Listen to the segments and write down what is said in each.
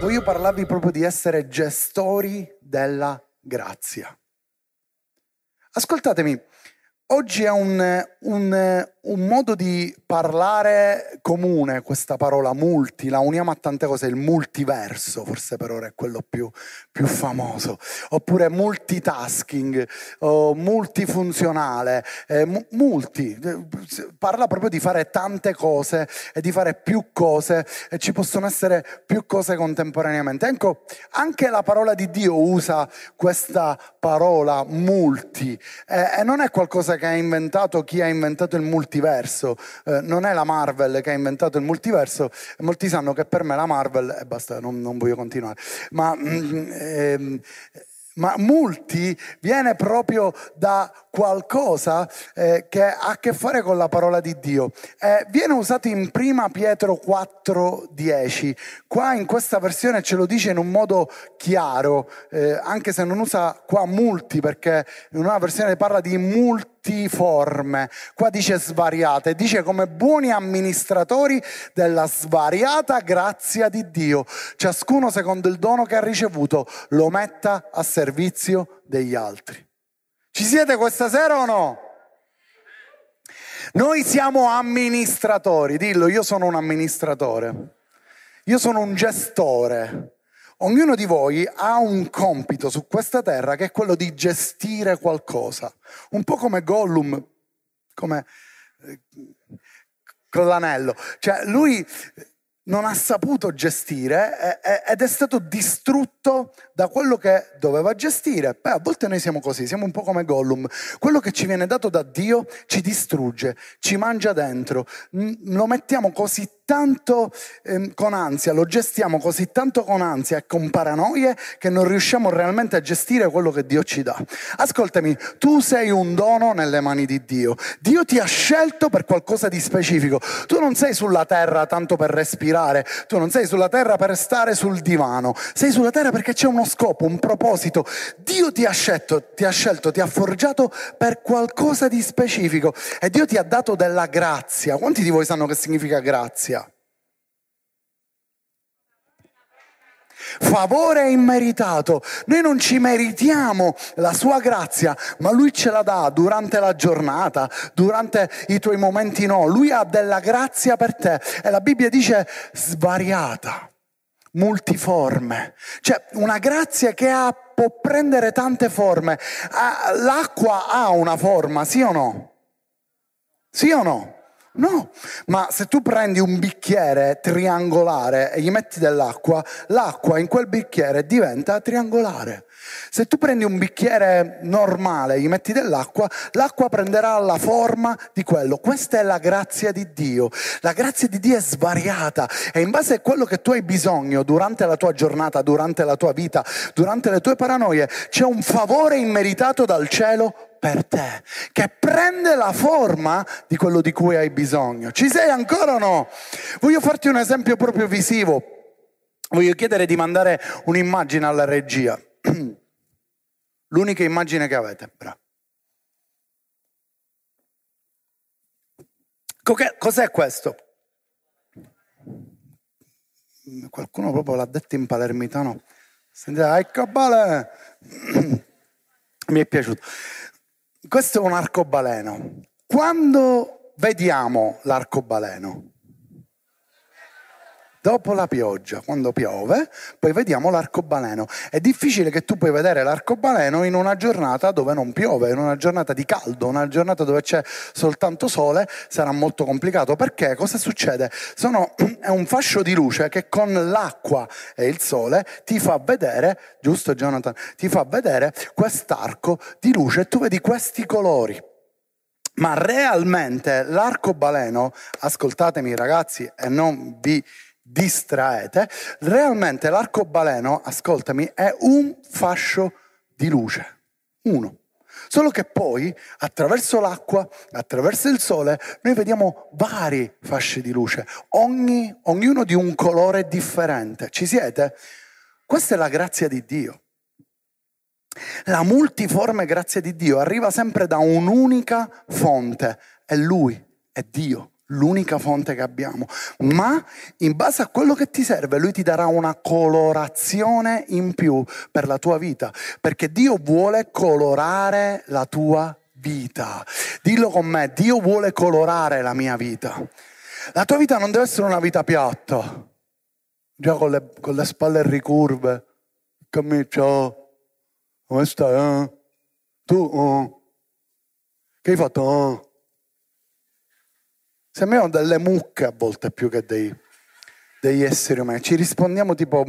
voglio parlarvi proprio di essere gestori della grazia. Ascoltatemi, oggi è un modo di parlare comune questa parola multi, la uniamo a tante cose, il multiverso, forse per ora è quello più famoso, oppure multitasking, o multifunzionale, parla proprio di fare tante cose e di fare più cose e ci possono essere più cose contemporaneamente. Ecco, anche la parola di Dio usa questa parola multi e non è qualcosa che ha inventato chi ha inventato il multiverso, non è la Marvel che ha inventato il multiverso. Molti sanno che per me la Marvel, e basta, non voglio continuare, ma multi viene proprio da qualcosa che ha a che fare con la parola di Dio. Viene usato in 1 Pietro 4,10. Qua in questa versione ce lo dice in un modo chiaro, anche se non usa qua multi, perché in una versione parla di multiforme. Qua dice svariate, dice come buoni amministratori della svariata grazia di Dio. Ciascuno secondo il dono che ha ricevuto lo metta a servizio degli altri. Ci siete questa sera o no? Noi siamo amministratori, dillo, io sono un amministratore, io sono un gestore. Ognuno di voi ha un compito su questa terra che è quello di gestire qualcosa, un po' come Gollum, come con l'anello, cioè lui non ha saputo gestire ed è stato distrutto da quello che doveva gestire. Beh, a volte noi siamo così, siamo un po' come Gollum. Quello che ci viene dato da Dio ci distrugge, ci mangia dentro, lo mettiamo così tanto con ansia, lo gestiamo così tanto con ansia e con paranoie che non riusciamo realmente a gestire quello che Dio ci dà. Ascoltami, tu sei un dono nelle mani di Dio. Dio ti ha scelto per qualcosa di specifico. Tu non sei sulla terra tanto per respirare, tu non sei sulla terra per stare sul divano, sei sulla terra perché c'è uno scopo, un proposito. Dio ti ha scelto, ti ha forgiato per qualcosa di specifico e Dio ti ha dato della grazia. Quanti di voi sanno che significa grazia? Favore immeritato. Noi non ci meritiamo la sua grazia, ma lui ce la dà durante la giornata, durante i tuoi momenti no. Lui ha della grazia per te e la Bibbia dice svariata, multiforme, cioè una grazia che può prendere tante forme. L'acqua ha una forma, sì o no? Sì o no? No, ma se tu prendi un bicchiere triangolare e gli metti dell'acqua, l'acqua in quel bicchiere diventa triangolare. Se tu prendi un bicchiere normale e gli metti dell'acqua, l'acqua prenderà la forma di quello. Questa è la grazia di Dio. La grazia di Dio è svariata e in base a quello che tu hai bisogno durante la tua giornata, durante la tua vita, durante le tue paranoie, c'è un favore immeritato dal cielo per te, che prende la forma di quello di cui hai bisogno. Ci sei ancora o no? Voglio farti un esempio proprio visivo. Voglio chiedere di mandare un'immagine alla regia. L'unica immagine che avete. Bravo. Cos'è questo? Qualcuno proprio l'ha detto in palermitano. Sentite, ecco bale. Mi è piaciuto. Questo è un arcobaleno. Quando vediamo l'arcobaleno? Dopo la pioggia, quando piove, poi vediamo l'arcobaleno. È difficile che tu puoi vedere l'arcobaleno in una giornata dove non piove, in una giornata di caldo, una giornata dove c'è soltanto sole, sarà molto complicato. Perché? Cosa succede? È un fascio di luce che con l'acqua e il sole ti fa vedere, giusto Jonathan? Ti fa vedere quest'arco di luce e tu vedi questi colori. Ma realmente l'arcobaleno, ascoltatemi ragazzi e non vi distraete, realmente l'arcobaleno, ascoltami, è un fascio di luce, uno. Solo che poi attraverso l'acqua, attraverso il sole, noi vediamo vari fasci di luce, ognuno di un colore differente. Ci siete? Questa è la grazia di Dio. La multiforme grazia di Dio arriva sempre da un'unica fonte, è Lui, è Dio. l'unica fonte che abbiamo, ma in base a quello che ti serve Lui ti darà una colorazione in più per la tua vita, perché Dio vuole colorare la tua vita. Dillo con me: Dio vuole colorare la mia vita. La tua vita non deve essere una vita piatta, già con le spalle ricurve, ciao, come stai? Tu? Che hai fatto? Sembriamo delle mucche a volte più che degli esseri umani. Ci rispondiamo tipo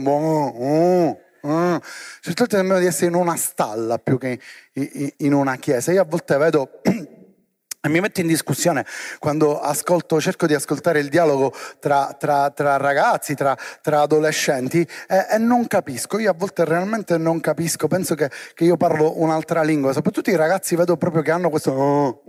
certe volte sembriamo di essere in una stalla più che in una chiesa. Io a volte vedo e mi metto in discussione quando cerco di ascoltare il dialogo tra ragazzi, tra adolescenti e non capisco. Io a volte realmente non capisco, penso che io parlo un'altra lingua. Soprattutto i ragazzi vedo proprio che hanno questo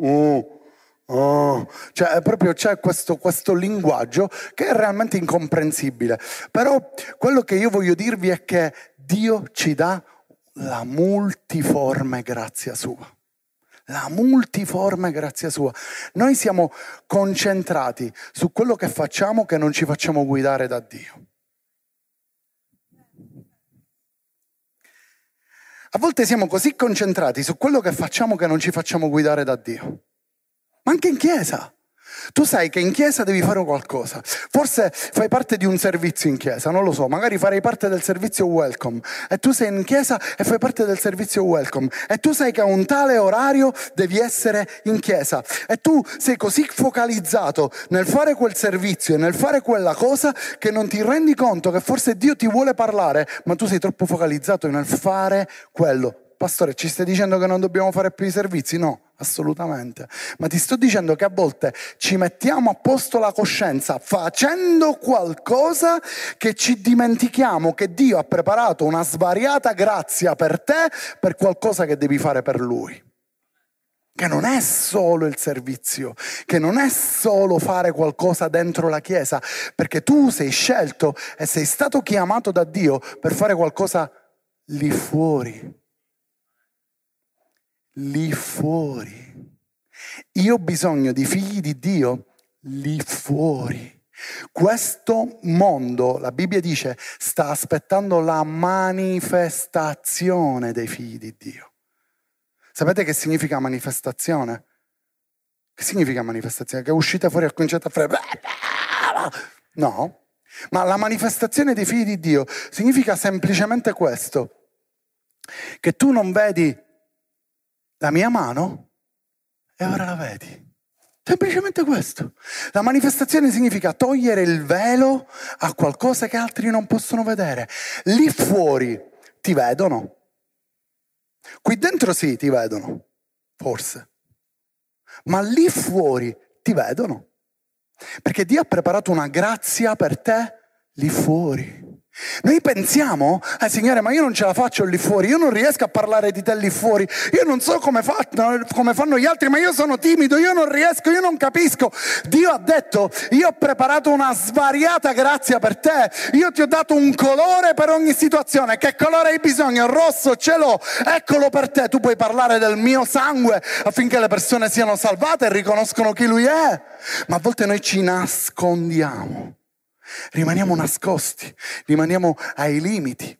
cioè proprio c'è questo linguaggio che è realmente incomprensibile. Però quello che io voglio dirvi è che Dio ci dà la multiforme grazia sua. La multiforme grazia sua. Noi siamo concentrati su quello che facciamo, che non ci facciamo guidare da Dio. A volte siamo così concentrati su quello che facciamo che non ci facciamo guidare da Dio. Ma anche in chiesa. Tu sai che in chiesa devi fare qualcosa. Forse fai parte di un servizio in chiesa, non lo so, magari farai parte del servizio welcome e tu sei in chiesa e fai parte del servizio welcome e tu sai che a un tale orario devi essere in chiesa e tu sei così focalizzato nel fare quel servizio e nel fare quella cosa che non ti rendi conto che forse Dio ti vuole parlare, ma tu sei troppo focalizzato nel fare quello. Pastore, ci stai dicendo che non dobbiamo fare più i servizi? No, assolutamente. Ma ti sto dicendo che a volte ci mettiamo a posto la coscienza facendo qualcosa che ci dimentichiamo che Dio ha preparato una svariata grazia per te, per qualcosa che devi fare per Lui. Che non è solo il servizio, che non è solo fare qualcosa dentro la chiesa, perché tu sei scelto e sei stato chiamato da Dio per fare qualcosa lì fuori. Lì fuori. Io ho bisogno di figli di Dio lì fuori. Questo mondo, la Bibbia dice, sta aspettando la manifestazione dei figli di Dio. Sapete che significa manifestazione? Che significa manifestazione? Che uscite fuori e cominciate a fare... No, ma la manifestazione dei figli di Dio significa semplicemente questo, che tu non vedi la mia mano e ora la vedi. Semplicemente questo. La manifestazione significa togliere il velo a qualcosa che altri non possono vedere. Lì fuori ti vedono. Qui dentro sì ti vedono, forse. Ma lì fuori ti vedono. Perché Dio ha preparato una grazia per te lì fuori. Noi pensiamo, Signore, ma io non ce la faccio lì fuori, io non riesco a parlare di te lì fuori, io non so come fanno gli altri, ma io sono timido, io non riesco, io non capisco. Dio ha detto, io ho preparato una svariata grazia per te, io ti ho dato un colore per ogni situazione. Che colore hai bisogno? Il rosso ce l'ho, eccolo per te. Tu puoi parlare del mio sangue affinché le persone siano salvate e riconoscono chi Lui è. Ma a volte noi ci nascondiamo. Rimaniamo nascosti, rimaniamo ai limiti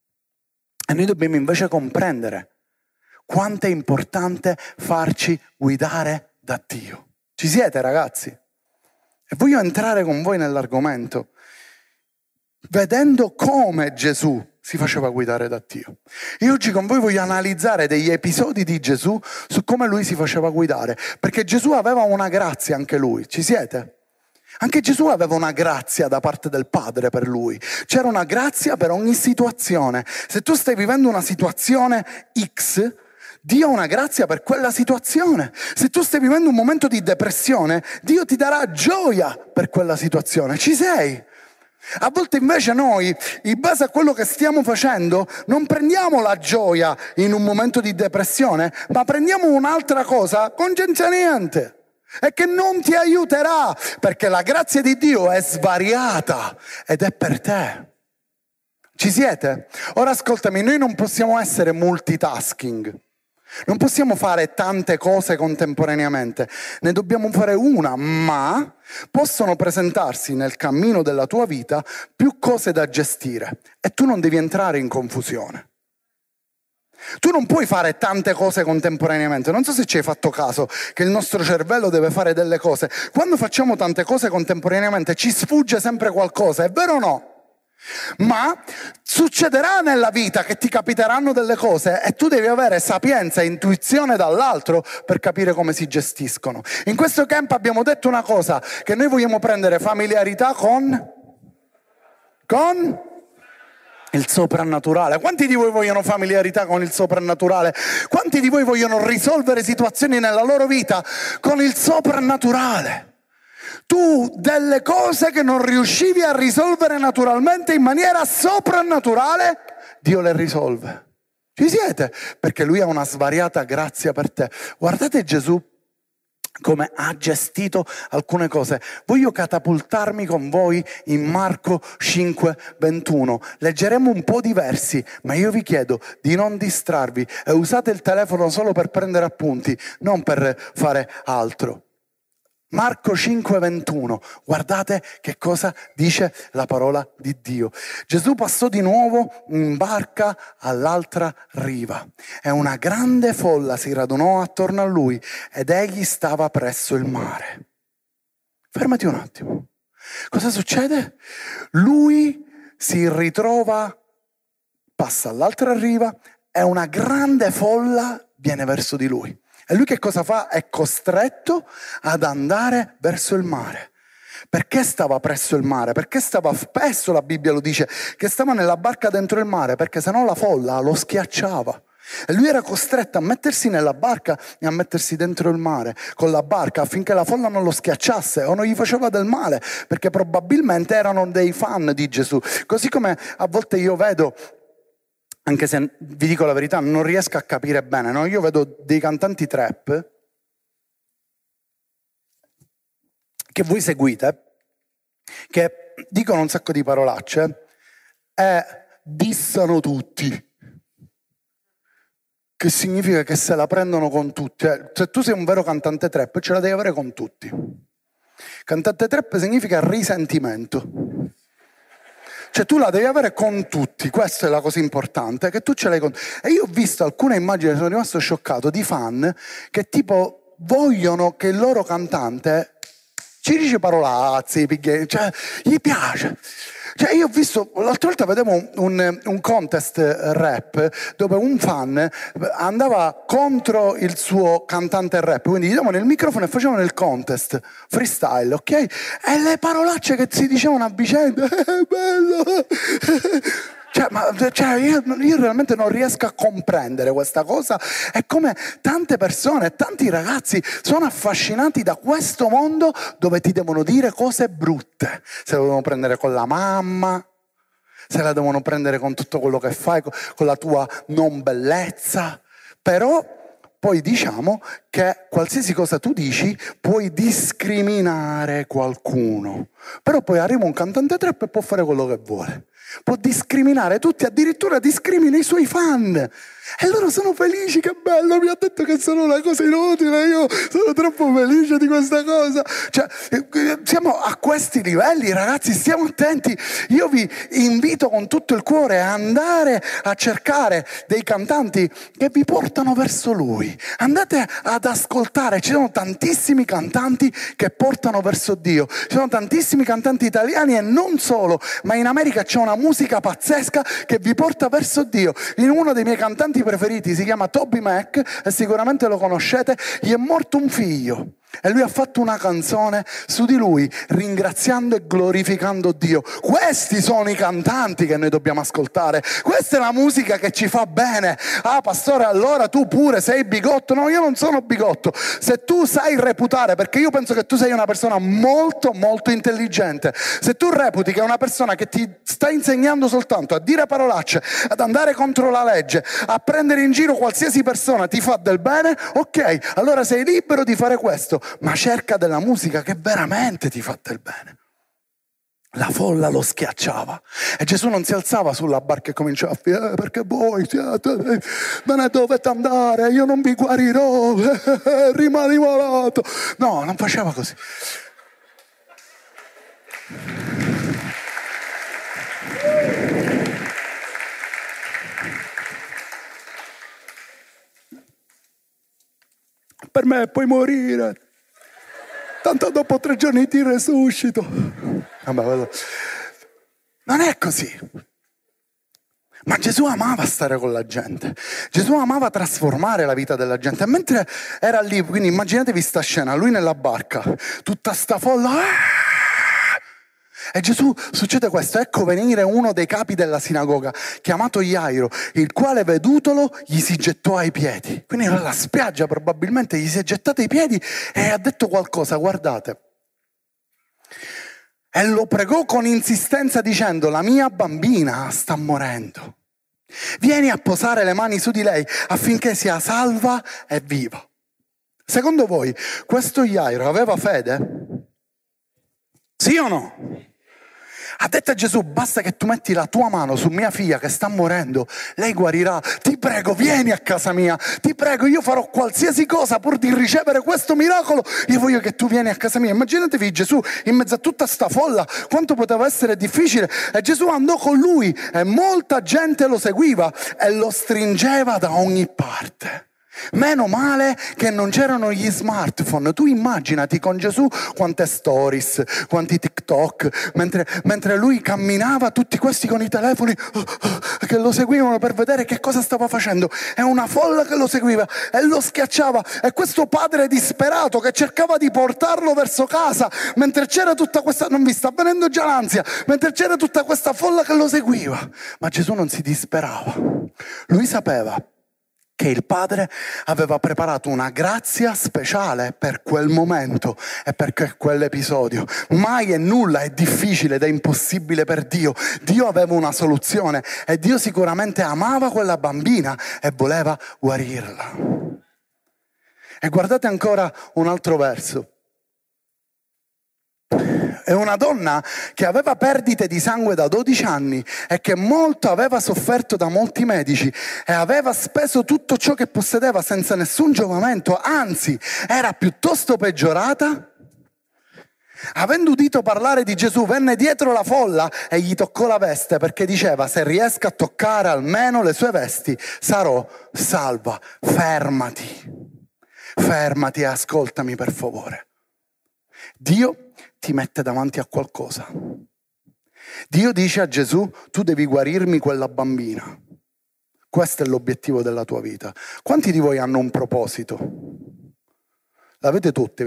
e noi dobbiamo invece comprendere quanto è importante farci guidare da Dio. Ci siete, ragazzi? E voglio entrare con voi nell'argomento vedendo come Gesù si faceva guidare da Dio. E oggi con voi voglio analizzare degli episodi di Gesù su come Lui si faceva guidare, perché Gesù aveva una grazia anche Lui. Ci siete? Anche Gesù aveva una grazia da parte del Padre per Lui. C'era una grazia per ogni situazione. Se tu stai vivendo una situazione X, Dio ha una grazia per quella situazione. Se tu stai vivendo un momento di depressione, Dio ti darà gioia per quella situazione. Ci sei? A volte invece noi, in base a quello che stiamo facendo, non prendiamo la gioia in un momento di depressione, ma prendiamo un'altra cosa con senza niente. E che non ti aiuterà, perché la grazia di Dio è svariata ed è per te. Ci siete? Ora ascoltami, noi non possiamo essere multitasking. Non possiamo fare tante cose contemporaneamente, ne dobbiamo fare una, ma possono presentarsi nel cammino della tua vita più cose da gestire e tu non devi entrare in confusione. Tu non puoi fare tante cose contemporaneamente. Non so se ci hai fatto caso che il nostro cervello deve fare delle cose. Quando facciamo tante cose contemporaneamente ci sfugge sempre qualcosa, è vero o no? Ma succederà nella vita che ti capiteranno delle cose e tu devi avere sapienza e intuizione dall'altro per capire come si gestiscono. In questo camp abbiamo detto una cosa, che noi vogliamo prendere familiarità con il soprannaturale. Quanti di voi vogliono familiarità con il soprannaturale? Quanti di voi vogliono risolvere situazioni nella loro vita con il soprannaturale? Tu delle cose che non riuscivi a risolvere naturalmente in maniera soprannaturale, Dio le risolve. Ci siete? Perché Lui ha una svariata grazia per te. Guardate Gesù come ha gestito alcune cose. Voglio catapultarmi con voi in Marco 5:21. Leggeremo un po' di versi, ma io vi chiedo di non distrarvi e usate il telefono solo per prendere appunti, non per fare altro. Marco 5:21, guardate che cosa dice la parola di Dio. Gesù passò di nuovo in barca all'altra riva e una grande folla si radunò attorno a lui ed egli stava presso il mare. Fermati un attimo. Cosa succede? Lui si ritrova, passa all'altra riva e una grande folla viene verso di lui. E lui che cosa fa? È costretto ad andare verso il mare. Perché stava presso il mare? Perché stava spesso, la Bibbia lo dice, che stava nella barca dentro il mare, perché sennò la folla lo schiacciava. E lui era costretto a mettersi nella barca e a mettersi dentro il mare con la barca affinché la folla non lo schiacciasse o non gli faceva del male, perché probabilmente erano dei fan di Gesù. Così come a volte io vedo, anche se vi dico la verità, non riesco a capire bene, no? Io vedo dei cantanti trap che voi seguite, che dicono un sacco di parolacce e dissano tutti. Che significa che se la prendono con tutti. Se tu sei un vero cantante trap, ce la devi avere con tutti. Cantante trap significa risentimento. Cioè tu la devi avere con tutti, questa è la cosa importante, che tu ce l'hai con... E io ho visto alcune immagini, sono rimasto scioccato, di fan che tipo vogliono che il loro cantante ci dice parolazzi, cioè gli piace. Cioè io ho visto, l'altra volta vedevo un contest rap dove un fan andava contro il suo cantante rap, quindi gli davano il microfono e facevano il contest freestyle, ok? E le parolacce che si dicevano a vicenda, bello! Io realmente non riesco a comprendere questa cosa e come tante persone, tanti ragazzi sono affascinati da questo mondo dove ti devono dire cose brutte, se la devono prendere con la mamma, se la devono prendere con tutto quello che fai, con la tua non bellezza, però poi diciamo che qualsiasi cosa tu dici puoi discriminare qualcuno, però poi arriva un cantante trap e può fare quello che vuole. Può discriminare tutti, addirittura discrimina i suoi fan. E loro sono felici, che bello, mi ha detto che sono una cosa inutile, io sono troppo felice di questa cosa. Cioè, siamo a questi livelli, ragazzi, stiamo attenti. Io vi invito con tutto il cuore a andare a cercare dei cantanti che vi portano verso Lui. Andate ad ascoltare, ci sono tantissimi cantanti che portano verso Dio. Ci sono tantissimi cantanti italiani e non solo, ma in America c'è una musica pazzesca che vi porta verso Dio. In uno dei miei cantanti preferiti si chiama Toby Mac e sicuramente lo conoscete, gli è morto un figlio e lui ha fatto una canzone su di lui ringraziando e glorificando Dio. Questi sono i cantanti che noi dobbiamo ascoltare, questa è la musica che ci fa bene. Ah pastore, allora tu pure sei bigotto? No, io non sono bigotto. Se tu sai reputare, perché io penso che tu sei una persona molto molto intelligente, se tu reputi che è una persona che ti sta insegnando soltanto a dire parolacce, ad andare contro la legge, a prendere in giro qualsiasi persona ti fa del bene, ok, allora sei libero di fare questo, ma cerca della musica che veramente ti fa del bene. La folla lo schiacciava e Gesù non si alzava sulla barca e cominciava a dire perché voi siete, me ne dovete andare, io non vi guarirò, rimani malato. No, non faceva così. Per me puoi morire, tanto dopo 3 giorni ti resuscito. Vabbè, non è così. Ma Gesù amava stare con la gente. Gesù amava trasformare la vita della gente. E mentre era lì, quindi immaginatevi sta scena, lui nella barca, tutta sta folla. E Gesù succede questo, ecco venire uno dei capi della sinagoga, chiamato Jairo, il quale vedutolo gli si gettò ai piedi. Quindi era alla spiaggia probabilmente, gli si è gettato ai piedi e ha detto qualcosa, guardate. E lo pregò con insistenza dicendo, la mia bambina sta morendo. Vieni a posare le mani su di lei affinché sia salva e viva. Secondo voi, questo Jairo aveva fede? Sì o no? Ha detto a Gesù, basta che tu metti la tua mano su mia figlia che sta morendo, lei guarirà. Ti prego, vieni a casa mia. Ti prego, io farò qualsiasi cosa pur di ricevere questo miracolo. Io voglio che tu vieni a casa mia. Immaginatevi Gesù in mezzo a tutta sta folla, quanto poteva essere difficile. E Gesù andò con lui e molta gente lo seguiva e lo stringeva da ogni parte. Meno male che non c'erano gli smartphone. Tu immaginati con Gesù quante stories, quanti TikTok, mentre lui camminava, tutti questi con i telefoni che lo seguivano per vedere che cosa stava facendo. E una folla che lo seguiva e lo schiacciava. E questo padre disperato che cercava di portarlo verso casa, mentre c'era tutta questa, non vi sta venendo già l'ansia, mentre c'era tutta questa folla che lo seguiva. Ma Gesù non si disperava. Lui sapeva che il Padre aveva preparato una grazia speciale per quel momento e per quell'episodio. Mai e nulla è difficile ed è impossibile per Dio. Dio aveva una soluzione e Dio sicuramente amava quella bambina e voleva guarirla. E guardate ancora un altro verso. È una donna che aveva perdite di sangue da 12 anni e che molto aveva sofferto da molti medici e aveva speso tutto ciò che possedeva senza nessun giovamento, anzi era piuttosto peggiorata. Avendo udito parlare di Gesù, venne dietro la folla e gli toccò la veste perché diceva, se riesco a toccare almeno le sue vesti sarò salva. Fermati e ascoltami per favore. Dio ti mette davanti a qualcosa. Dio dice a Gesù, tu devi guarirmi quella bambina. Questo è l'obiettivo della tua vita. Quanti di voi hanno un proposito? L'avete tutti,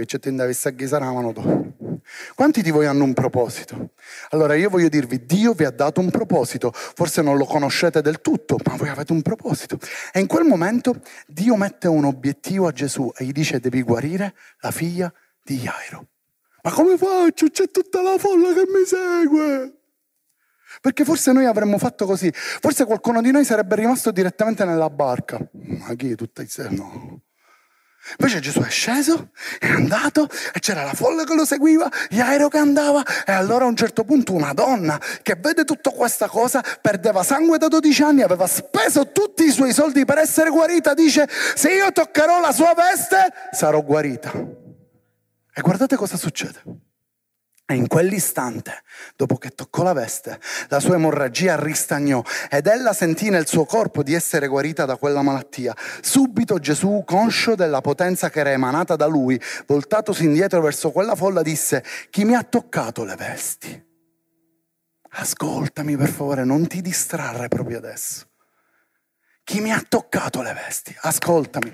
quanti di voi hanno un proposito? Allora io voglio dirvi, Dio vi ha dato un proposito, forse non lo conoscete del tutto, ma voi avete un proposito. E in quel momento Dio mette un obiettivo a Gesù e gli dice, devi guarire la figlia di Jairo. Ma come faccio? C'è tutta la folla che mi segue. Perché forse noi avremmo fatto così. Forse qualcuno di noi sarebbe rimasto direttamente nella barca. Ma chi? Tutta insieme? No. Invece Gesù è sceso, è andato e c'era la folla che lo seguiva, Jairo che andava e allora a un certo punto una donna che vede tutta questa cosa, perdeva sangue da 12 anni, aveva speso tutti i suoi soldi per essere guarita, dice se io toccherò la sua veste sarò guarita. E guardate cosa succede. E in quell'istante, dopo che toccò la veste, la sua emorragia ristagnò ed ella sentì nel suo corpo di essere guarita da quella malattia. Subito Gesù, conscio della potenza che era emanata da lui, voltatosi indietro verso quella folla, disse: chi mi ha toccato le vesti? Ascoltami per favore, non ti distrarre proprio adesso. Chi mi ha toccato le vesti? Ascoltami.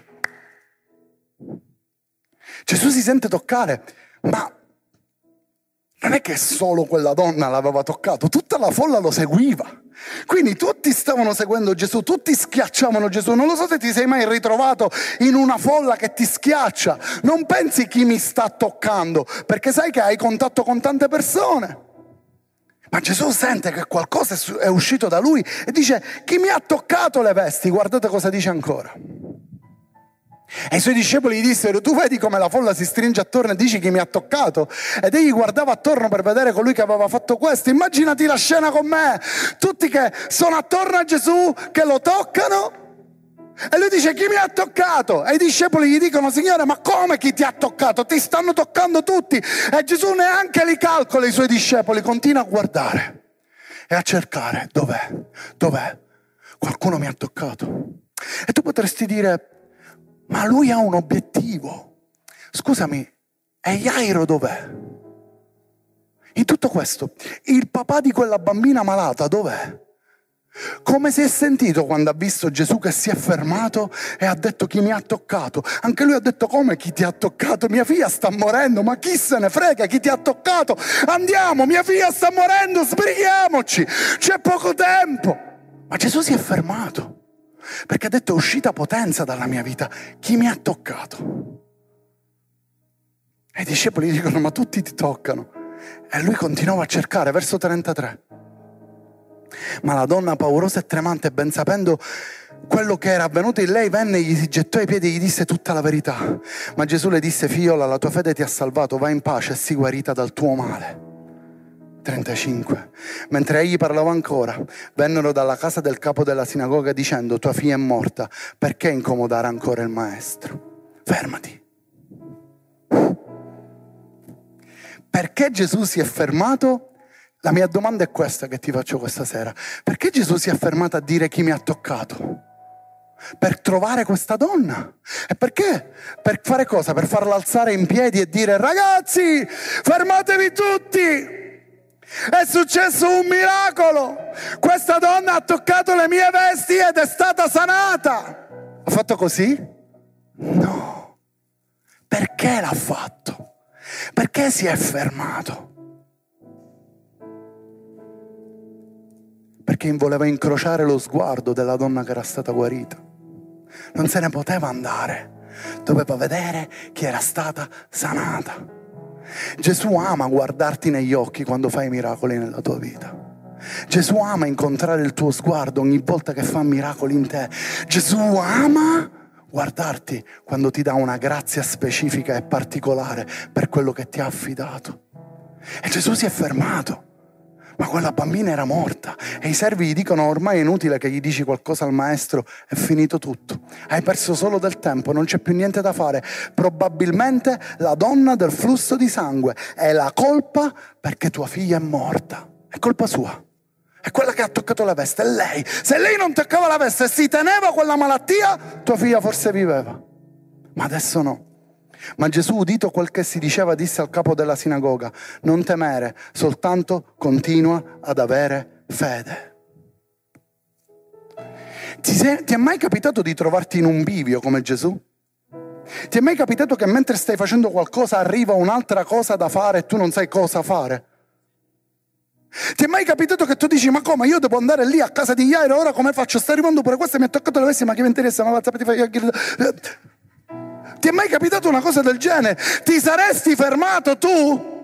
Gesù si sente toccare, ma non è che solo quella donna l'aveva toccato, tutta la folla lo seguiva. Quindi tutti stavano seguendo Gesù, tutti schiacciavano Gesù. Non lo so se ti sei mai ritrovato in una folla che ti schiaccia. Non pensi chi mi sta toccando, perché sai che hai contatto con tante persone. Ma Gesù sente che qualcosa è uscito da lui e dice: chi mi ha toccato le vesti? Guardate cosa dice ancora. E i suoi discepoli gli dissero: tu vedi come la folla si stringe attorno e dici chi mi ha toccato? Ed egli guardava attorno per vedere colui che aveva fatto questo. Immaginati la scena con me, tutti che sono attorno a Gesù, che lo toccano, e lui dice: chi mi ha toccato? E i discepoli gli dicono: Signore, ma come chi ti ha toccato? Ti stanno toccando tutti. E Gesù neanche li calcola i suoi discepoli, continua a guardare e a cercare. Dov'è? Qualcuno mi ha toccato. E tu potresti dire: ma lui ha un obiettivo. Scusami, e Jairo dov'è? In tutto questo, il papà di quella bambina malata dov'è? Come si è sentito quando ha visto Gesù che si è fermato e ha detto: chi mi ha toccato? Anche lui ha detto: come chi ti ha toccato? Mia figlia sta morendo, ma chi se ne frega chi ti ha toccato? Andiamo, mia figlia sta morendo, sbrighiamoci, c'è poco tempo. Ma Gesù si è fermato, perché ha detto: è uscita potenza dalla mia vita, chi mi ha toccato? E i discepoli dicono: ma tutti ti toccano. E lui continuava a cercare, verso 33. Ma la donna, paurosa e tremante, ben sapendo quello che era avvenuto in lei, venne, gli si gettò ai piedi e gli disse tutta la verità. Ma Gesù le disse: figliola, la tua fede ti ha salvato, vai in pace e sii guarita dal tuo male. 35. Mentre egli parlava ancora, vennero dalla casa del capo della sinagoga dicendo: tua figlia è morta, perché incomodare ancora il maestro? Fermati. Perché Gesù si è fermato? La mia domanda è questa che ti faccio questa sera: perché Gesù si è fermato a dire chi mi ha toccato? Per trovare questa donna. E perché? Per fare cosa? Per farla alzare in piedi e dire: ragazzi, fermatevi tutti! È successo un miracolo! Questa donna ha toccato le mie vesti ed è stata sanata! Ha fatto così? No. Perché l'ha fatto? Perché si è fermato? Perché voleva incrociare lo sguardo della donna che era stata guarita. Non se ne poteva andare. Doveva vedere chi era stata sanata. Gesù ama guardarti negli occhi quando fai miracoli nella tua vita. Gesù ama incontrare il tuo sguardo ogni volta che fa miracoli in te. Gesù ama guardarti quando ti dà una grazia specifica e particolare per quello che ti ha affidato. E Gesù si è fermato. Ma quella bambina era morta e i servi gli dicono: ormai è inutile che gli dici qualcosa al maestro, è finito tutto, hai perso solo del tempo, non c'è più niente da fare. Probabilmente la donna del flusso di sangue è la colpa perché tua figlia è morta, è colpa sua, è quella che ha toccato la veste, è lei. Se lei non toccava la veste e si teneva quella malattia, tua figlia forse viveva, ma adesso no. Ma Gesù, udito quel che si diceva, disse al capo della sinagoga: non temere, soltanto continua ad avere fede. Ti è mai capitato di trovarti in un bivio come Gesù? Ti è mai capitato che mentre stai facendo qualcosa arriva un'altra cosa da fare e tu non sai cosa fare? Ti è mai capitato che tu dici: ma come, io devo andare lì a casa di Jairo, ora come faccio? Sta arrivando pure questo e mi ha toccato le vesti, ma che mi interessa? Ma ti è mai capitato una cosa del genere? Ti saresti fermato tu?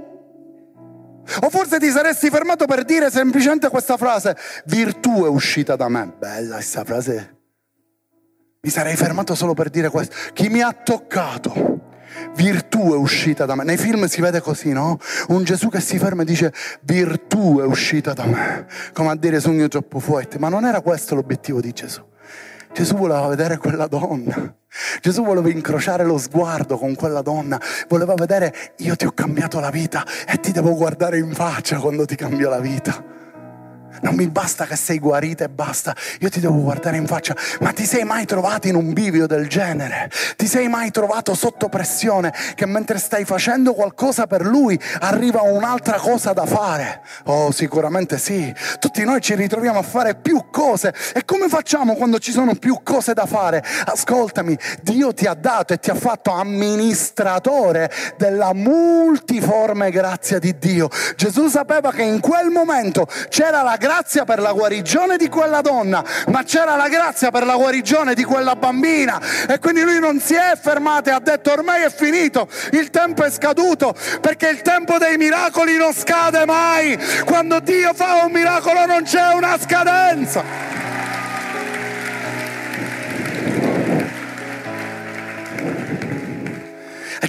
O forse ti saresti fermato per dire semplicemente questa frase: virtù è uscita da me. Bella questa frase. Mi sarei fermato solo per dire questo: chi mi ha toccato? Virtù è uscita da me. Nei film si vede così, no? Un Gesù che si ferma e dice: virtù è uscita da me, come a dire sogno troppo forte. Ma non era questo l'obiettivo di Gesù. Gesù voleva vedere quella donna. Gesù voleva incrociare lo sguardo con quella donna. Voleva vedere: io ti ho cambiato la vita e ti devo guardare in faccia quando ti cambio la vita. Non mi basta che sei guarita e basta, io ti devo guardare in faccia. Ma ti sei mai trovato in un bivio del genere? Ti sei mai trovato sotto pressione che mentre stai facendo qualcosa per lui arriva un'altra cosa da fare? Oh, sicuramente sì. Tutti noi ci ritroviamo a fare più cose. E come facciamo quando ci sono più cose da fare? Ascoltami, Dio ti ha dato e ti ha fatto amministratore della multiforme grazia di Dio. Gesù sapeva che in quel momento c'era la grazia per la guarigione di quella donna, ma c'era la grazia per la guarigione di quella bambina, e quindi lui non si è fermato e ha detto: ormai è finito, il tempo è scaduto, perché il tempo dei miracoli non scade mai. Quando Dio fa un miracolo non c'è una scadenza.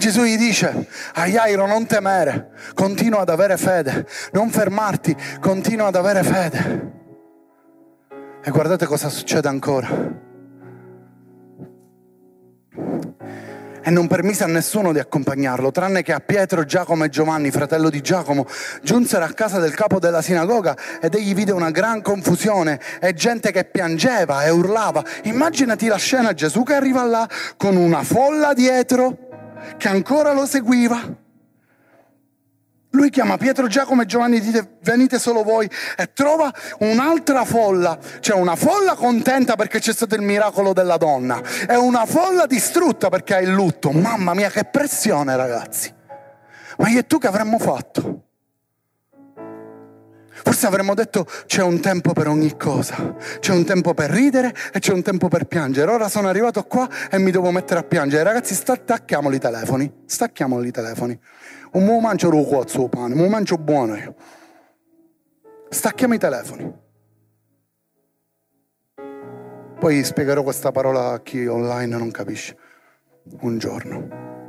Gesù gli dice a Jairo: non temere, continua ad avere fede, non fermarti, continua ad avere fede. E guardate cosa succede ancora. E non permise a nessuno di accompagnarlo, tranne che a Pietro, Giacomo e Giovanni, fratello di Giacomo. Giunsero a casa del capo della sinagoga ed egli vide una gran confusione e gente che piangeva e urlava. Immaginati la scena: Gesù che arriva là con una folla dietro che ancora lo seguiva. Lui chiama Pietro, Giacomo e Giovanni e dice: venite solo voi, e trova un'altra folla. C'è una folla contenta perché c'è stato il miracolo della donna e una folla distrutta perché ha il lutto. Mamma mia, che pressione, ragazzi! Ma io e tu che avremmo fatto? Forse avremmo detto: c'è un tempo per ogni cosa, c'è un tempo per ridere e c'è un tempo per piangere. Ora sono arrivato qua e mi devo mettere a piangere. Ragazzi, stacchiamoli i telefoni. Un mo mangio lo cozzo pane, mo mangio buono io. Stacchiamo i telefoni. Poi spiegherò questa parola a chi online non capisce. Un giorno.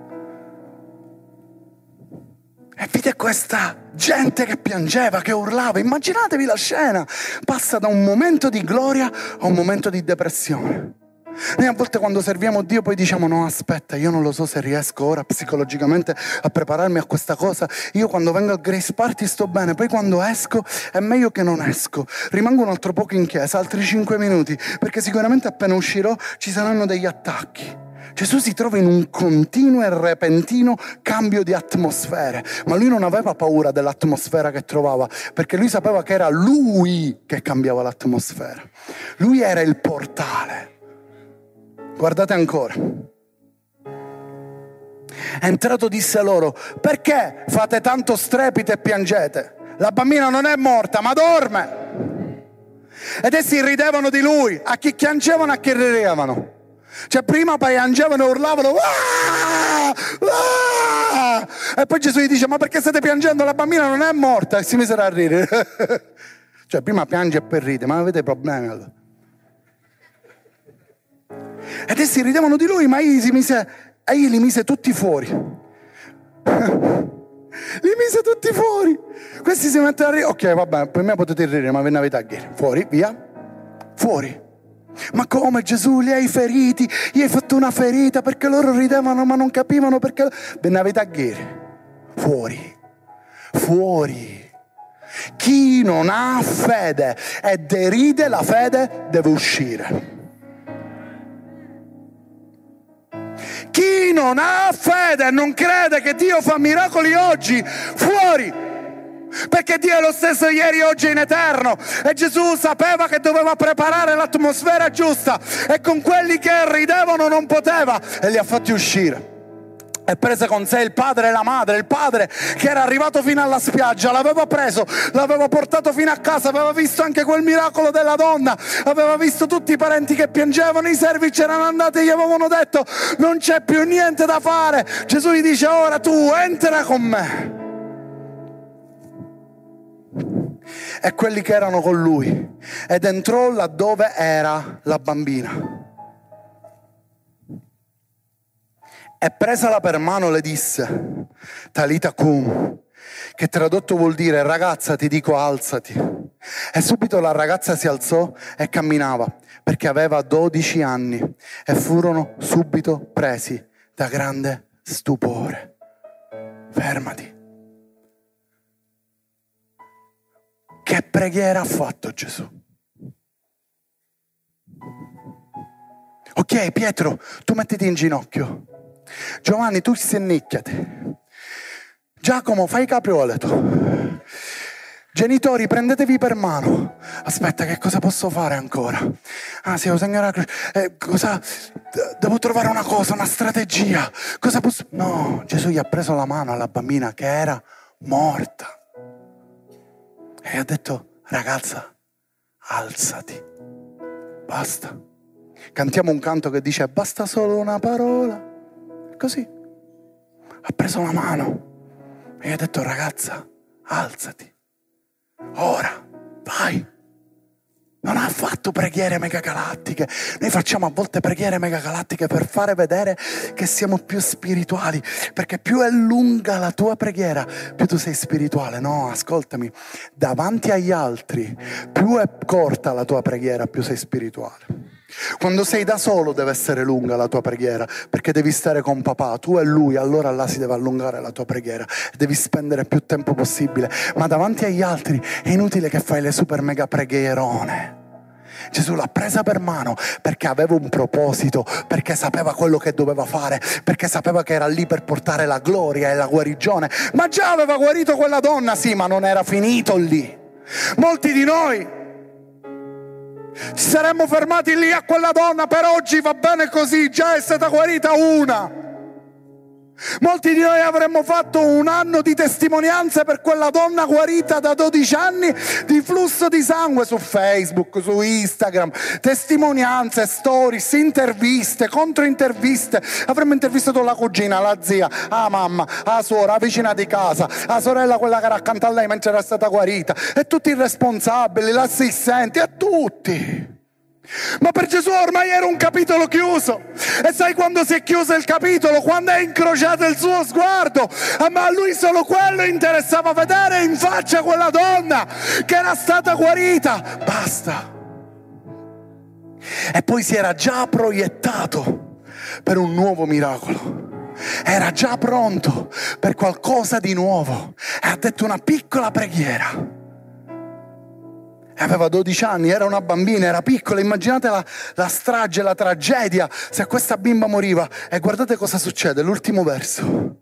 E vide questa gente che piangeva, che urlava. Immaginatevi la scena. Passa da un momento di gloria a un momento di depressione. Noi a volte quando serviamo Dio poi diciamo: no, aspetta, io non lo so se riesco ora psicologicamente a prepararmi a questa cosa. Io quando vengo al Grace Party sto bene, poi quando esco è meglio che non esco. Rimango un altro poco in chiesa, altri 5 minuti, perché sicuramente appena uscirò ci saranno degli attacchi. Gesù si trova in un continuo e repentino cambio di atmosfere, ma lui non aveva paura dell'atmosfera che trovava, perché lui sapeva che era lui che cambiava l'atmosfera. Lui era il portale. Guardate ancora. Entrato disse loro: perché fate tanto strepito e piangete? La bambina non è morta, ma dorme. Ed essi ridevano di lui, a chi piangevano e a chi ridevano. Cioè prima piangevano e urlavano: "Ah! Ah!" E poi Gesù gli dice: ma perché state piangendo? La bambina non è morta. E si misero a ridere. Cioè prima piange e poi ride, ma avete problemi allora? Ed essi ridevano di lui, ma egli li mise tutti fuori. Li mise tutti fuori. Questi si mettono a ridere. Ok, vabbè, per me potete ridere, ma ve ne avete a dire. Fuori, via. Fuori. Ma come, Gesù, li hai feriti? Gli hai fatto una ferita? Perché loro ridevano ma non capivano perché. Ve ne avete a dire. Fuori. Fuori. Chi non ha fede e deride la fede deve uscire. Chi non ha fede e non crede che Dio fa miracoli oggi, fuori! Perché Dio è lo stesso ieri, oggi e in eterno. E Gesù sapeva che doveva preparare l'atmosfera giusta, e con quelli che ridevano non poteva, e li ha fatti uscire. E prese con sé il padre e la madre. Il padre, che era arrivato fino alla spiaggia, l'aveva preso, l'aveva portato fino a casa, aveva visto anche quel miracolo della donna, aveva visto tutti i parenti che piangevano, i servi c'erano andati e gli avevano detto: non c'è più niente da fare. Gesù gli dice: ora tu entra con me. E quelli che erano con lui, ed entrò laddove era la bambina. E presala per mano le disse: Talita cum, che tradotto vuol dire: ragazza, ti dico, alzati. E subito la ragazza si alzò e camminava, perché aveva 12 anni, e furono subito presi da grande stupore. Fermati. Che preghiera ha fatto Gesù? Ok, Pietro, tu mettiti in ginocchio. Giovanni, tu sennecchiati. Giacomo, fai capriole tu. Genitori, prendetevi per mano. Aspetta, che cosa posso fare ancora? Ah sì, Signore, cosa? Devo trovare una cosa, una strategia. Cosa posso? No, Gesù gli ha preso la mano alla bambina che era morta e ha detto: ragazza, alzati. Basta. Cantiamo un canto che dice: basta solo una parola. Così. Ha preso la mano e gli ha detto: ragazza, alzati. Ora, vai. Non ha fatto preghiere megagalattiche. Noi facciamo a volte preghiere megagalattiche per fare vedere che siamo più spirituali, perché più è lunga la tua preghiera, più tu sei spirituale. No, ascoltami, davanti agli altri, più è corta la tua preghiera, più sei spirituale. Quando sei da solo deve essere lunga la tua preghiera, perché devi stare con papà, tu e lui, allora là si deve allungare la tua preghiera, devi spendere più tempo possibile. Ma davanti agli altri è inutile che fai le super mega preghierone. Gesù l'ha presa per mano perché aveva un proposito, perché sapeva quello che doveva fare, perché sapeva che era lì per portare la gloria e la guarigione. Ma già aveva guarito quella donna, sì, ma non era finito lì. Molti di noi ci saremmo fermati lì a quella donna, per oggi va bene così, già è stata guarita una. Molti di noi avremmo fatto un anno di testimonianze per quella donna guarita da 12 anni di flusso di sangue su Facebook, su Instagram, testimonianze, stories, interviste, controinterviste. Avremmo intervistato la cugina, la zia, la mamma, la suora, la vicina di casa, la sorella, quella che era accanto a lei mentre era stata guarita, e tutti i responsabili, l'assistente, e tutti. Ma per Gesù ormai era un capitolo chiuso. E sai quando si è chiuso il capitolo? Quando è incrociato il suo sguardo. Ma a lui solo quello interessava, vedere in faccia quella donna che era stata guarita. Basta. E poi si era già proiettato per un nuovo miracolo. Era già pronto per qualcosa di nuovo. E ha detto una piccola preghiera. Aveva 12 anni, era una bambina, era piccola. Immaginate la strage, la tragedia se questa bimba moriva. E guardate cosa succede, l'ultimo verso.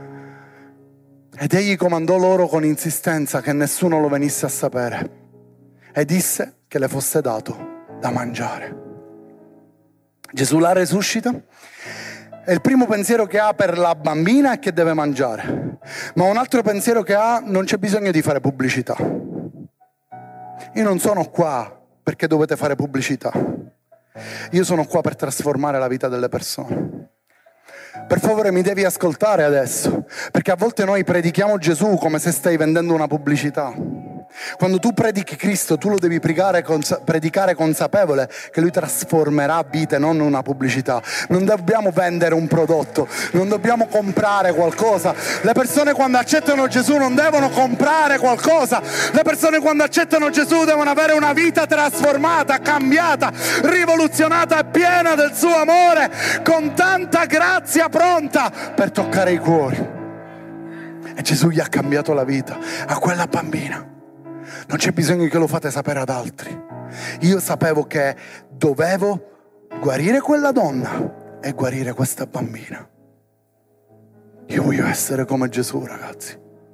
Ed egli comandò loro con insistenza che nessuno lo venisse a sapere, e disse che le fosse dato da mangiare. Gesù la resuscita e il primo pensiero che ha per la bambina è che deve mangiare. Ma un altro pensiero che ha: non c'è bisogno di fare pubblicità. Io non sono qua perché dovete fare pubblicità. Io sono qua per trasformare la vita delle persone. Per favore, mi devi ascoltare adesso, perché a volte noi predichiamo Gesù come se stai vendendo una pubblicità. Quando tu predichi Cristo, tu lo devi predicare consapevole che Lui trasformerà vite, non una pubblicità. Non dobbiamo vendere un prodotto, non dobbiamo comprare qualcosa. Le persone quando accettano Gesù non devono comprare qualcosa. Le persone quando accettano Gesù devono avere una vita trasformata, cambiata, rivoluzionata e piena del suo amore, con tanta grazia pronta per toccare i cuori. E Gesù gli ha cambiato la vita a quella bambina. Non c'è bisogno che lo fate sapere ad altri. Io sapevo che dovevo guarire quella donna e guarire questa bambina. Io voglio essere come Gesù, ragazzi.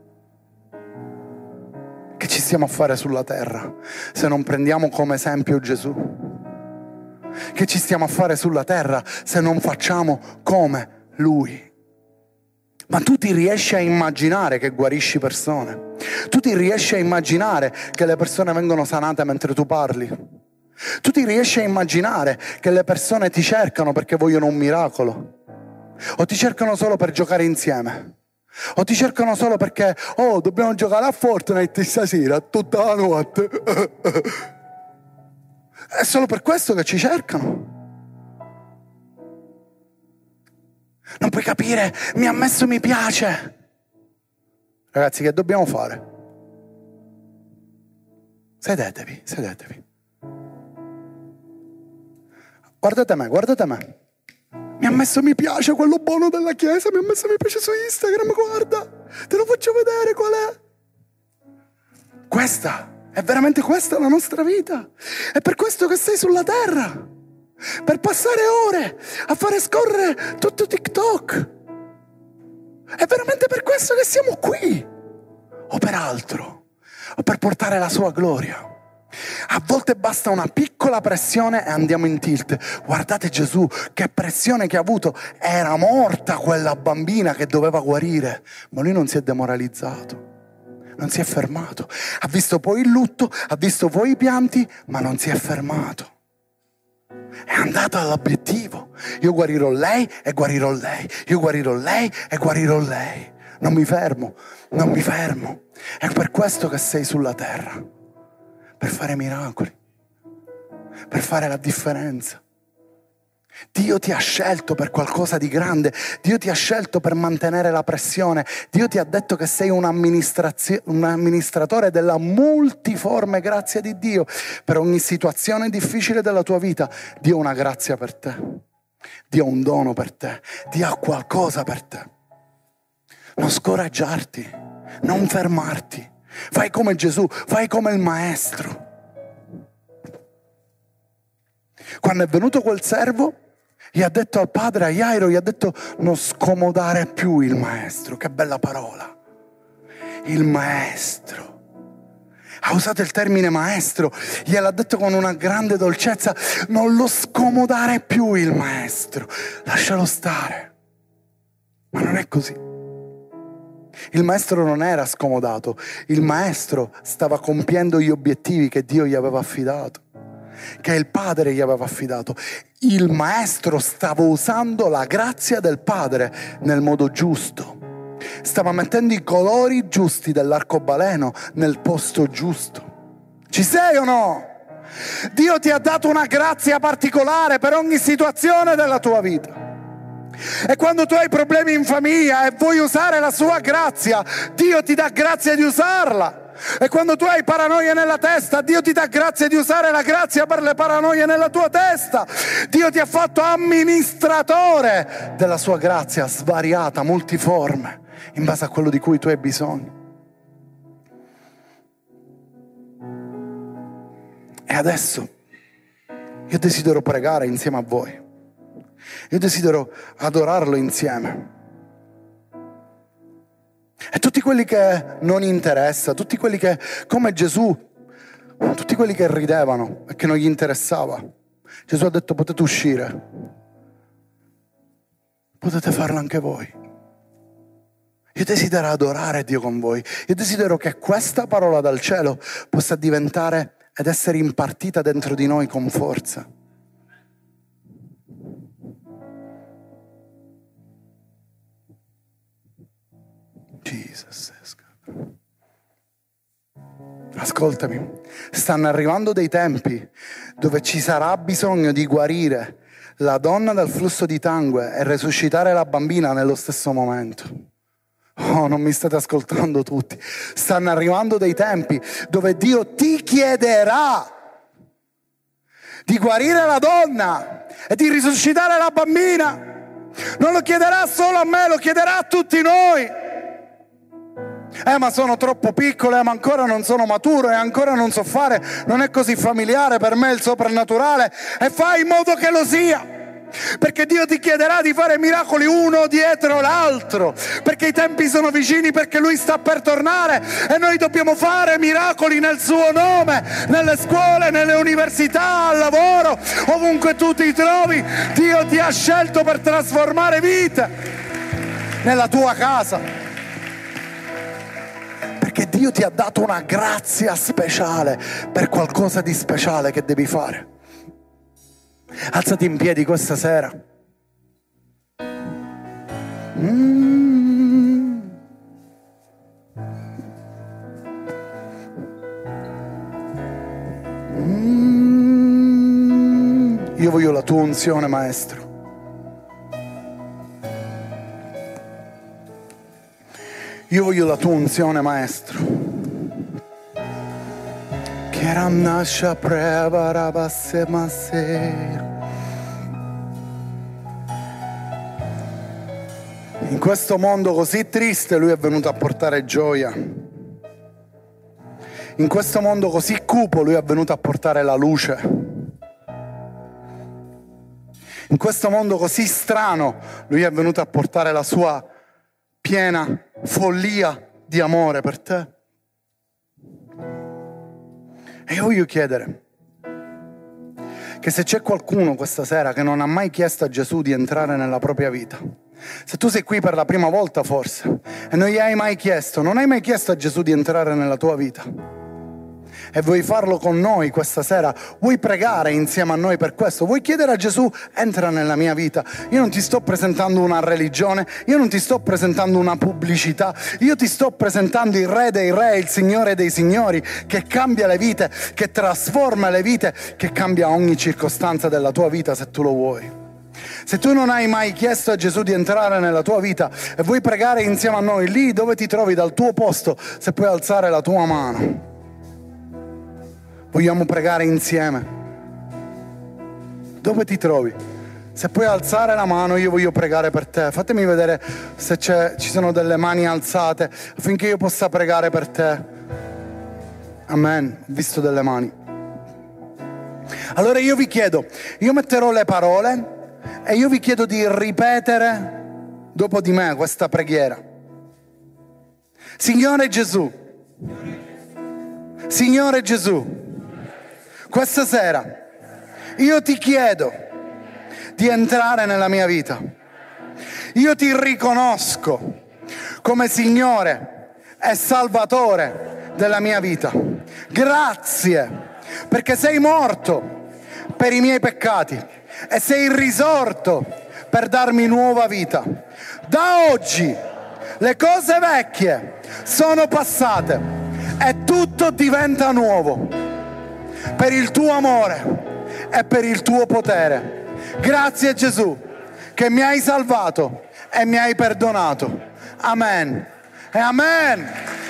Che ci stiamo a fare sulla terra se non prendiamo come esempio Gesù? Che ci stiamo a fare sulla terra se non facciamo come Lui? Ma tu ti riesci a immaginare che guarisci persone? Tu ti riesci a immaginare che le persone vengono sanate mentre tu parli? Tu ti riesci a immaginare che le persone ti cercano perché vogliono un miracolo? O ti cercano solo per giocare insieme? O ti cercano solo perché, oh, dobbiamo giocare a Fortnite stasera tutta la notte? È solo per questo che ci cercano? Non puoi capire, mi ha messo mi piace. Ragazzi, che dobbiamo fare? Sedetevi. Guardate me. Mi ha messo mi piace quello buono della chiesa, mi ha messo mi piace su Instagram, guarda. Te lo faccio vedere qual è. Questa, è veramente questa la nostra vita. È per questo che sei sulla terra. Per passare ore a fare scorrere tutto TikTok. È veramente per questo che siamo qui, o per altro, o per portare la sua gloria. A volte basta una piccola pressione e andiamo in tilt. Guardate Gesù, che pressione che ha avuto. Era morta quella bambina che doveva guarire, ma lui non si è demoralizzato, non si è fermato. Ha visto poi il lutto, ha visto poi i pianti, ma non si è fermato. È andato all'obiettivo. Io guarirò lei e guarirò lei. Io guarirò lei e guarirò lei. Non mi fermo. È per questo che sei sulla terra, per fare miracoli. per fare la differenza. Dio ti ha scelto per qualcosa di grande, Dio ti ha scelto per mantenere la pressione, Dio ti ha detto che sei un amministratore della multiforme grazia di Dio. Per ogni situazione difficile della tua vita, Dio ha una grazia per te, Dio ha un dono per te, Dio ha qualcosa per te. Non scoraggiarti, non fermarti, fai come Gesù, fai come il maestro. Quando è venuto quel servo, gli ha detto al padre, a Jairo, gli ha detto: non scomodare più il maestro. Che bella parola, il maestro. Ha usato il termine maestro, gliel'ha detto con una grande dolcezza: non lo scomodare più il maestro, lascialo stare. Ma non è così. Il maestro non era scomodato, il maestro stava compiendo gli obiettivi che Dio gli aveva affidato, che il padre gli aveva affidato. Il maestro stava usando la grazia del padre nel modo giusto, stava mettendo i colori giusti dell'arcobaleno nel posto giusto. Ci sei o no? Dio ti ha dato una grazia particolare per ogni situazione della tua vita. E quando tu hai problemi in famiglia e vuoi usare la sua grazia, Dio ti dà grazia di usarla. E quando tu hai paranoia nella testa, Dio ti dà grazia di usare la grazia per le paranoie nella tua testa. Dio ti ha fatto amministratore della sua grazia svariata, multiforme, in base a quello di cui tu hai bisogno. E adesso io desidero pregare insieme a voi. Io desidero adorarlo insieme. E tutti quelli che non interessa, tutti quelli che, come Gesù, tutti quelli che ridevano e che non gli interessava, Gesù ha detto: potete uscire, potete farlo anche voi. Io desidero adorare Dio con voi. Io desidero che questa parola dal cielo possa diventare ed essere impartita dentro di noi con forza. Jesus. Ascoltami, stanno arrivando dei tempi dove ci sarà bisogno di guarire la donna dal flusso di sangue e resuscitare la bambina nello stesso momento. Oh, non mi state ascoltando tutti. Stanno arrivando dei tempi dove Dio ti chiederà di guarire la donna e di risuscitare la bambina. Non lo chiederà solo a me, lo chiederà a tutti noi. Ma sono troppo piccole, ma ancora non sono maturo e ancora non so fare, non è così familiare per me il soprannaturale. E fai in modo che lo sia, perché Dio ti chiederà di fare miracoli uno dietro l'altro, perché i tempi sono vicini, perché Lui sta per tornare e noi dobbiamo fare miracoli nel suo nome, nelle scuole, nelle università, al lavoro, ovunque tu ti trovi. Dio ti ha scelto per trasformare vite nella tua casa, perché Dio ti ha dato una grazia speciale per qualcosa di speciale che devi fare. Alzati in piedi questa sera. Io voglio la tua unzione, Maestro. Io voglio la tua unzione, Maestro. In questo mondo così triste Lui è venuto a portare gioia. In questo mondo così cupo Lui è venuto a portare la luce. In questo mondo così strano Lui è venuto a portare la sua piena follia di amore per te. E io voglio chiedere che se c'è qualcuno questa sera che non ha mai chiesto a Gesù di entrare nella propria vita, se tu sei qui per la prima volta forse e non gli hai mai chiesto, non hai mai chiesto a Gesù di entrare nella tua vita, e vuoi farlo con noi questa sera, vuoi pregare insieme a noi per questo, vuoi chiedere a Gesù: entra nella mia vita. Io non ti sto presentando una religione, io non ti sto presentando una pubblicità, io ti sto presentando il Re dei Re, il Signore dei Signori, che cambia le vite, che trasforma le vite, che cambia ogni circostanza della tua vita se tu lo vuoi. Se tu non hai mai chiesto a Gesù di entrare nella tua vita e vuoi pregare insieme a noi, lì dove ti trovi dal tuo posto, se puoi alzare la tua mano, vogliamo pregare insieme. Dove ti trovi? Se puoi alzare la mano, io voglio pregare per te. Fatemi vedere se ci sono delle mani alzate affinché io possa pregare per te. Amen. Ho visto delle mani. Allora io vi chiedo, io metterò le parole e io vi chiedo di ripetere dopo di me questa preghiera. Signore Gesù, Signore Gesù, questa sera io ti chiedo di entrare nella mia vita. Io ti riconosco come Signore e Salvatore della mia vita. Grazie perché sei morto per i miei peccati e sei risorto per darmi nuova vita. Da oggi le cose vecchie sono passate e tutto diventa nuovo per il tuo amore e per il tuo potere. Grazie Gesù che mi hai salvato e mi hai perdonato. Amen e amen.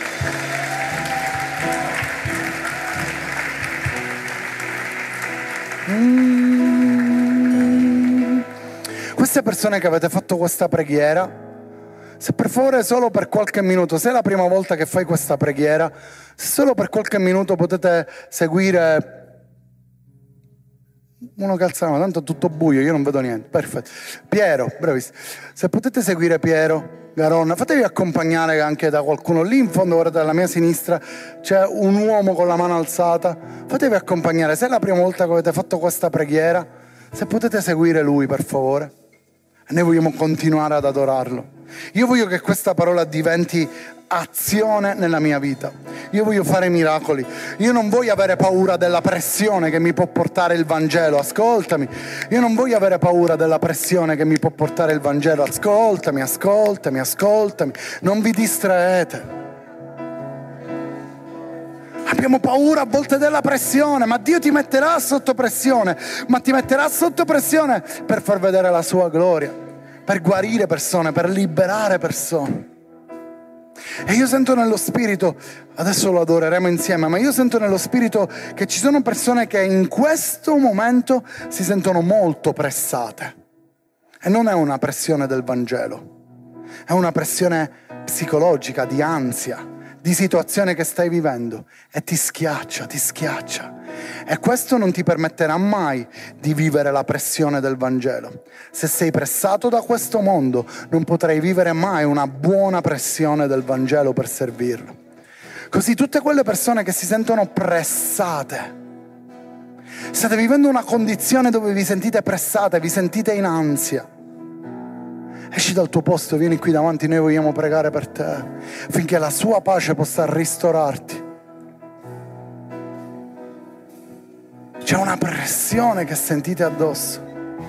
Queste persone che avete fatto questa preghiera, se per favore solo per qualche minuto, se è la prima volta che fai questa preghiera, se solo per qualche minuto potete seguire uno che alza la mano, tanto è tutto buio, io non vedo niente, perfetto. Piero, bravissimo. Se potete seguire Piero Garonna, fatevi accompagnare anche da qualcuno. Lì in fondo, guardate, alla mia sinistra c'è un uomo con la mano alzata, fatevi accompagnare. Se è la prima volta che avete fatto questa preghiera, se potete seguire lui per favore. E noi vogliamo continuare ad adorarlo. Io voglio che questa parola diventi azione nella mia vita. Io voglio fare miracoli. Io non voglio avere paura della pressione che mi può portare il Vangelo. Ascoltami. Io non voglio avere paura della pressione che mi può portare il Vangelo. Ascoltami, ascoltami, ascoltami. Non vi distraete. Abbiamo paura a volte della pressione, ma Dio ti metterà sotto pressione, ma ti metterà sotto pressione per far vedere la sua gloria, per guarire persone, per liberare persone. E io sento nello spirito, adesso lo adoreremo insieme, ma io sento nello spirito che ci sono persone che in questo momento si sentono molto pressate. E non è una pressione del Vangelo, è una pressione psicologica, di ansia, di situazione che stai vivendo, e ti schiaccia. E questo non ti permetterà mai di vivere la pressione del Vangelo. Se sei pressato da questo mondo, non potrai vivere mai una buona pressione del Vangelo per servirlo. Così tutte quelle persone che si sentono pressate, state vivendo una condizione dove vi sentite pressate, vi sentite in ansia, esci dal tuo posto, vieni qui davanti, noi vogliamo pregare per te, affinché la sua pace possa ristorarti. C'è una pressione che sentite addosso.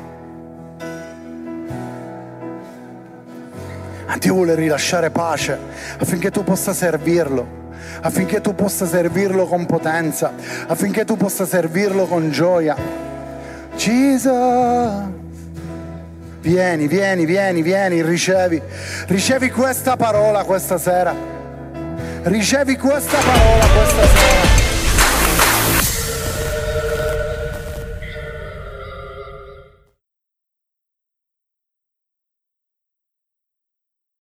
Dio vuole rilasciare pace affinché tu possa servirlo, affinché tu possa servirlo con potenza, affinché tu possa servirlo con gioia. Jesus, vieni, ricevi questa parola questa sera. Ricevi questa parola questa sera.